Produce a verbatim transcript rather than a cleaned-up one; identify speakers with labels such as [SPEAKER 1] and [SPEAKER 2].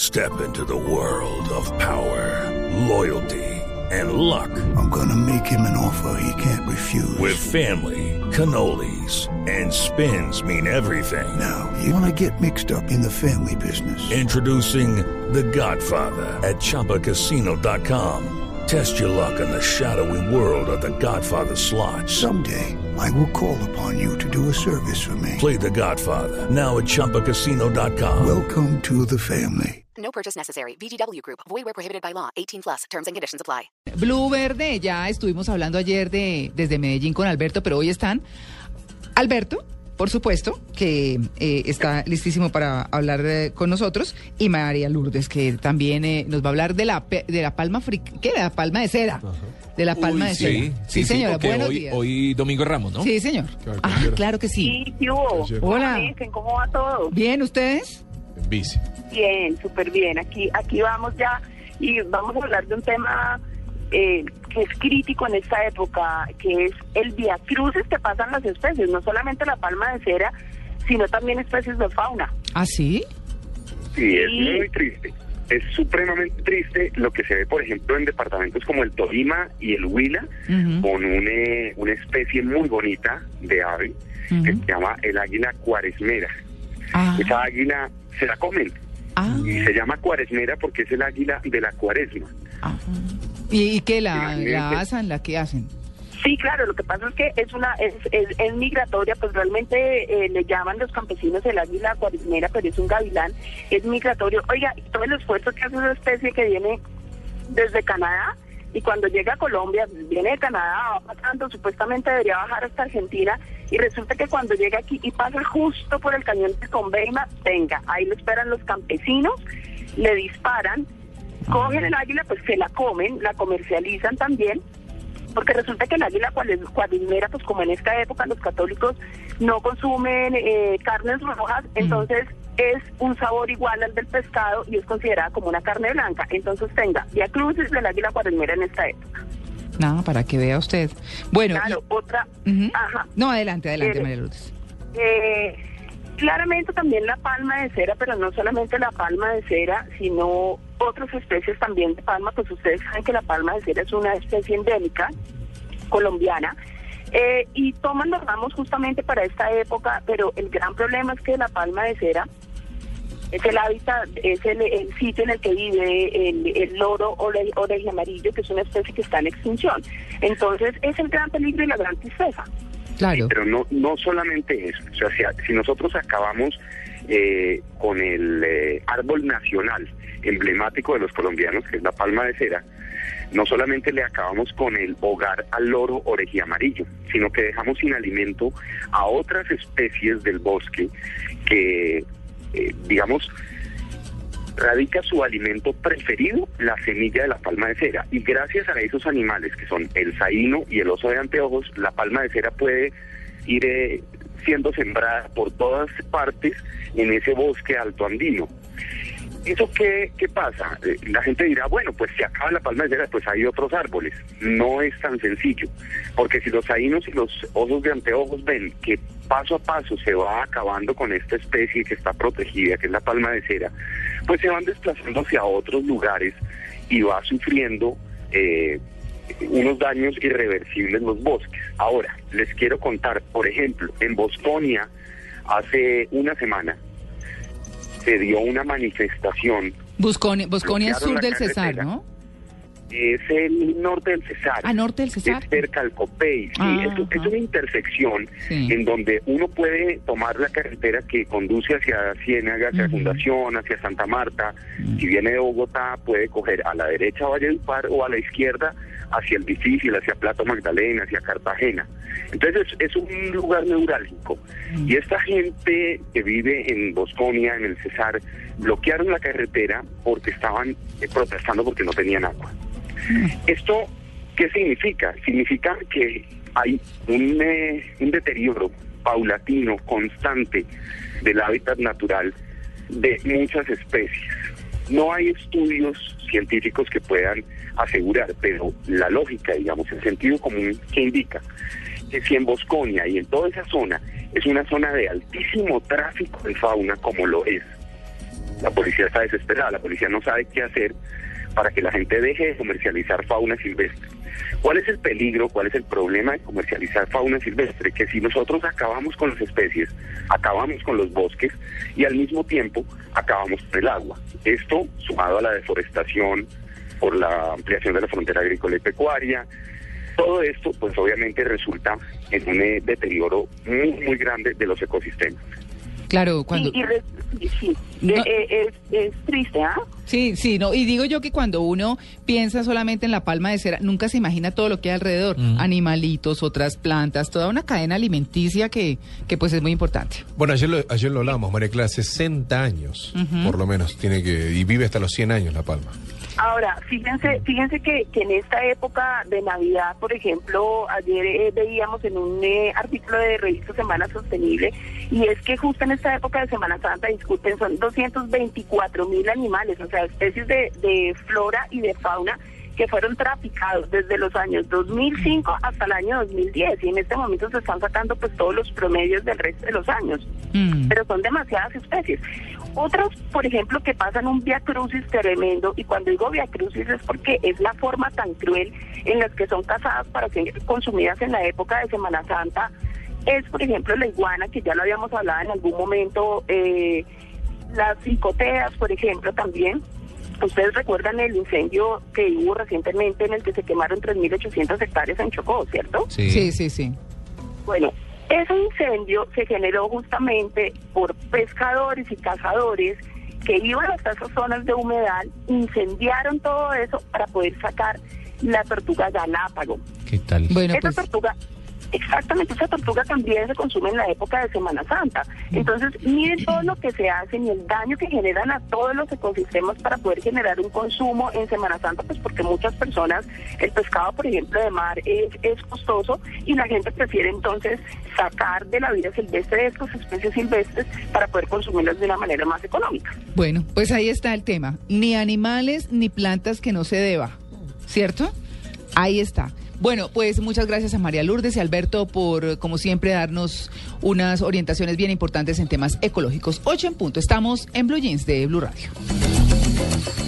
[SPEAKER 1] Step into the world of power, loyalty, and luck.
[SPEAKER 2] I'm gonna make him an offer he can't refuse.
[SPEAKER 1] With family, cannolis, and spins mean everything.
[SPEAKER 2] Now, you wanna get mixed up in the family business.
[SPEAKER 1] Introducing The Godfather at Chumba Casino dot com. Test your luck in the shadowy world of The Godfather slot.
[SPEAKER 2] Someday, I will call upon you to do a service for me.
[SPEAKER 1] Play The Godfather, now at Chumba Casino dot com.
[SPEAKER 2] Welcome to the family.
[SPEAKER 3] No purchase necessary. V G W Group. Void where prohibited by law. eighteen plus. Terms and conditions apply.
[SPEAKER 4] Blue Verde, ya estuvimos hablando ayer de desde Medellín con Alberto, pero hoy están Alberto, por supuesto, que eh, está listísimo para hablar eh, con nosotros, y María Lourdes, que también eh, nos va a hablar de la de la palma fri ¿qué? De la palma de cera. Ajá. De la palma
[SPEAKER 5] Uy,
[SPEAKER 4] de
[SPEAKER 5] sí,
[SPEAKER 4] cera.
[SPEAKER 5] Sí,
[SPEAKER 4] sí,
[SPEAKER 5] sí,
[SPEAKER 4] señora, buenos
[SPEAKER 5] hoy,
[SPEAKER 4] días.
[SPEAKER 5] Hoy Domingo Ramos, ¿no?
[SPEAKER 4] Sí, señor.
[SPEAKER 5] Claro,
[SPEAKER 4] ah,
[SPEAKER 5] claro.
[SPEAKER 4] claro que sí.
[SPEAKER 6] Sí, ¿qué hubo?
[SPEAKER 4] Hola.
[SPEAKER 6] ¿Cómo dicen? ¿Cómo va todo?
[SPEAKER 4] Bien, ¿ustedes?
[SPEAKER 5] En bici.
[SPEAKER 6] Bien, súper bien. Aquí, aquí vamos ya y vamos a hablar de un tema eh, que es crítico en esta época, que es el viacrucis que pasan las especies, no solamente la palma de cera, sino también especies de fauna.
[SPEAKER 4] ¿Ah, sí?
[SPEAKER 7] Sí, es
[SPEAKER 6] Sí.
[SPEAKER 7] muy triste. Es supremamente triste lo que se ve, por ejemplo, en departamentos como el Tolima y el Huila,
[SPEAKER 4] Uh-huh.
[SPEAKER 7] con una, una especie muy bonita de ave
[SPEAKER 4] Uh-huh.
[SPEAKER 7] que se llama el águila cuaresmera.
[SPEAKER 4] Ah,
[SPEAKER 7] Esa águila se la comen
[SPEAKER 4] ah,
[SPEAKER 7] y se llama cuaresmera porque es el águila de la cuaresma.
[SPEAKER 4] ah. ¿Y, y qué, la,
[SPEAKER 7] Imagínate.
[SPEAKER 4] la asan, la que hacen?
[SPEAKER 6] Sí, claro, lo que pasa es que es una es, es, es migratoria, pues realmente eh, le llaman los campesinos el águila cuaresmera, pero es un gavilán, es migratorio. Oiga, y todo el esfuerzo que hace esa especie que viene desde Canadá, y cuando llega a Colombia, viene de Canadá, va pasando, supuestamente debería bajar hasta Argentina, y resulta que cuando llega aquí y pasa justo por el cañón de Conveima, venga, ahí lo esperan los campesinos, le disparan, cogen el águila, pues se la comen, la comercializan también, porque resulta que el águila cuaresmera, pues como en esta época los católicos no consumen eh, carnes rojas, entonces es un sabor igual al del pescado y es considerada como una carne blanca. Entonces tenga viacrucis del águila cuaresmera en esta época.
[SPEAKER 4] Nada, para que vea usted. Bueno,
[SPEAKER 6] Claro,
[SPEAKER 4] y-
[SPEAKER 6] otra...
[SPEAKER 4] Ujú.
[SPEAKER 6] Ajá.
[SPEAKER 4] No, adelante, adelante,
[SPEAKER 6] Eh,
[SPEAKER 4] María Lourdes.
[SPEAKER 6] Eh, claramente también la palma de cera, pero no solamente la palma de cera, sino otras especies también de palma. Pues ustedes saben que la palma de cera es una especie endémica colombiana, eh, y toman los ramos justamente para esta época, pero el gran problema es que la palma de cera es el hábitat, es el, el sitio en el que vive el, el loro ore- orejiamarillo, que es una especie que está en extinción. Entonces es el gran peligro y la gran tristeza.
[SPEAKER 4] Claro.
[SPEAKER 7] Pero no no solamente eso, o sea, si, si nosotros acabamos eh, con el eh, árbol nacional emblemático de los colombianos, que es la palma de cera, no solamente le acabamos con el hogar al loro orejiamarillo, sino que dejamos sin alimento a otras especies del bosque que, eh, digamos, radica su alimento preferido, la semilla de la palma de cera. Y gracias a esos animales, que son el saíno y el oso de anteojos, la palma de cera puede ir eh, siendo sembrada por todas partes en ese bosque alto andino. ¿Eso qué, qué pasa? Eh, la gente dirá, bueno, pues si acaba la palma de cera, pues hay otros árboles. No es tan sencillo, porque si los saínos y los osos de anteojos ven que paso a paso se va acabando con esta especie que está protegida, que es la palma de cera, pues se van desplazando hacia otros lugares y va sufriendo eh, unos daños irreversibles los bosques. Ahora, les quiero contar, por ejemplo, en Bosconia, hace una semana, se dio una manifestación.
[SPEAKER 4] Busconi- Bosconia es
[SPEAKER 7] bloquearon
[SPEAKER 4] sur
[SPEAKER 7] la
[SPEAKER 4] del Cesar,
[SPEAKER 7] carretera.
[SPEAKER 4] ¿no?
[SPEAKER 7] Es el norte del Cesar.
[SPEAKER 4] Ah, norte del Cesar.
[SPEAKER 7] Es cerca al Copey. Sí,
[SPEAKER 4] Ah,
[SPEAKER 7] es, es
[SPEAKER 4] ajá.
[SPEAKER 7] una intersección
[SPEAKER 4] Sí.
[SPEAKER 7] en donde uno puede tomar la carretera que conduce hacia Ciénaga, hacia
[SPEAKER 4] Ujú.
[SPEAKER 7] Fundación, hacia Santa Marta. Si viene de Bogotá, puede coger a la derecha Valledupar o a la izquierda hacia el difícil, hacia Plato Magdalena, hacia Cartagena. Entonces es, es un lugar neurálgico. Y esta gente que vive en Bosconia, en el Cesar, bloquearon la carretera porque estaban eh, protestando porque no tenían agua. ¿Esto qué significa? Significa que hay un, eh, un deterioro paulatino, constante del hábitat natural de muchas especies. No hay estudios científicos que puedan asegurar, pero la lógica, digamos, el sentido común que indica que si en Bosconia y en toda esa zona es una zona de altísimo tráfico de fauna, como lo es La policía está desesperada, la policía no sabe qué hacer para que la gente deje de comercializar fauna silvestre. ¿Cuál es el peligro, cuál es el problema de comercializar fauna silvestre? Que si nosotros acabamos con las especies, acabamos con los bosques y al mismo tiempo acabamos con el agua. Esto, sumado a la deforestación por la ampliación de la frontera agrícola y pecuaria, todo esto pues obviamente resulta en un eh, deterioro muy, muy grande de los ecosistemas.
[SPEAKER 4] Claro, cuando...
[SPEAKER 6] Y, y re, sí,
[SPEAKER 4] no.
[SPEAKER 6] eh, eh, es, es triste, ¿ah?
[SPEAKER 4] Sí, sí, no, y digo yo que cuando uno piensa solamente en la palma de cera, nunca se imagina todo lo que hay alrededor, mm. animalitos, otras plantas, toda una cadena alimenticia que, que pues es muy importante.
[SPEAKER 5] Bueno, ayer lo, ayer lo hablábamos, María Clara, sesenta años, uh-huh. por lo menos, tiene que, y vive hasta los cien años La Palma.
[SPEAKER 6] Ahora, fíjense, fíjense que, que en esta época de Navidad, por ejemplo, ayer eh, veíamos en un eh, artículo de revista Semana Sostenible, y es que justo en esta época de Semana Santa, disculpen, son doscientos veinticuatro mil animales, o sea, especies de, de flora y de fauna que fueron traficados desde los años dos mil cinco hasta el año dos mil diez, y en este momento se están sacando pues todos los promedios del resto de los años, mm. pero son demasiadas especies. Otras, por ejemplo, que pasan un viacrucis tremendo, y cuando digo viacrucis es porque es la forma tan cruel en las que son cazadas para ser consumidas en la época de Semana Santa, es, por ejemplo, la iguana, que ya lo habíamos hablado en algún momento, eh, las cicoteas, por ejemplo, también. Ustedes recuerdan el incendio que hubo recientemente en el que se quemaron tres mil ochocientas hectáreas en Chocó, ¿cierto?
[SPEAKER 4] Sí, sí, sí. sí.
[SPEAKER 6] Bueno, ese incendio se generó justamente por pescadores y cazadores que iban hasta esas zonas de humedal, incendiaron todo eso para poder sacar la tortuga galápago.
[SPEAKER 5] ¿Qué tal?
[SPEAKER 6] Bueno, esa pues... tortuga... Exactamente, esa tortuga también se consume en la época de Semana Santa. Entonces, miren todo lo que se hace y el daño que generan a todos los ecosistemas para poder generar un consumo en Semana Santa, pues porque muchas personas, el pescado, por ejemplo, de mar es, es costoso, y la gente prefiere entonces sacar de la vida silvestre de estas especies silvestres para poder consumirlas de una manera más económica.
[SPEAKER 4] Bueno, pues ahí está el tema. Ni animales ni plantas que no se deba, ¿cierto? Ahí está. Bueno, pues muchas gracias a María Lourdes y Alberto por, como siempre, darnos unas orientaciones bien importantes en temas ecológicos. Ocho en punto. Estamos en Blue Jeans de Blue Radio.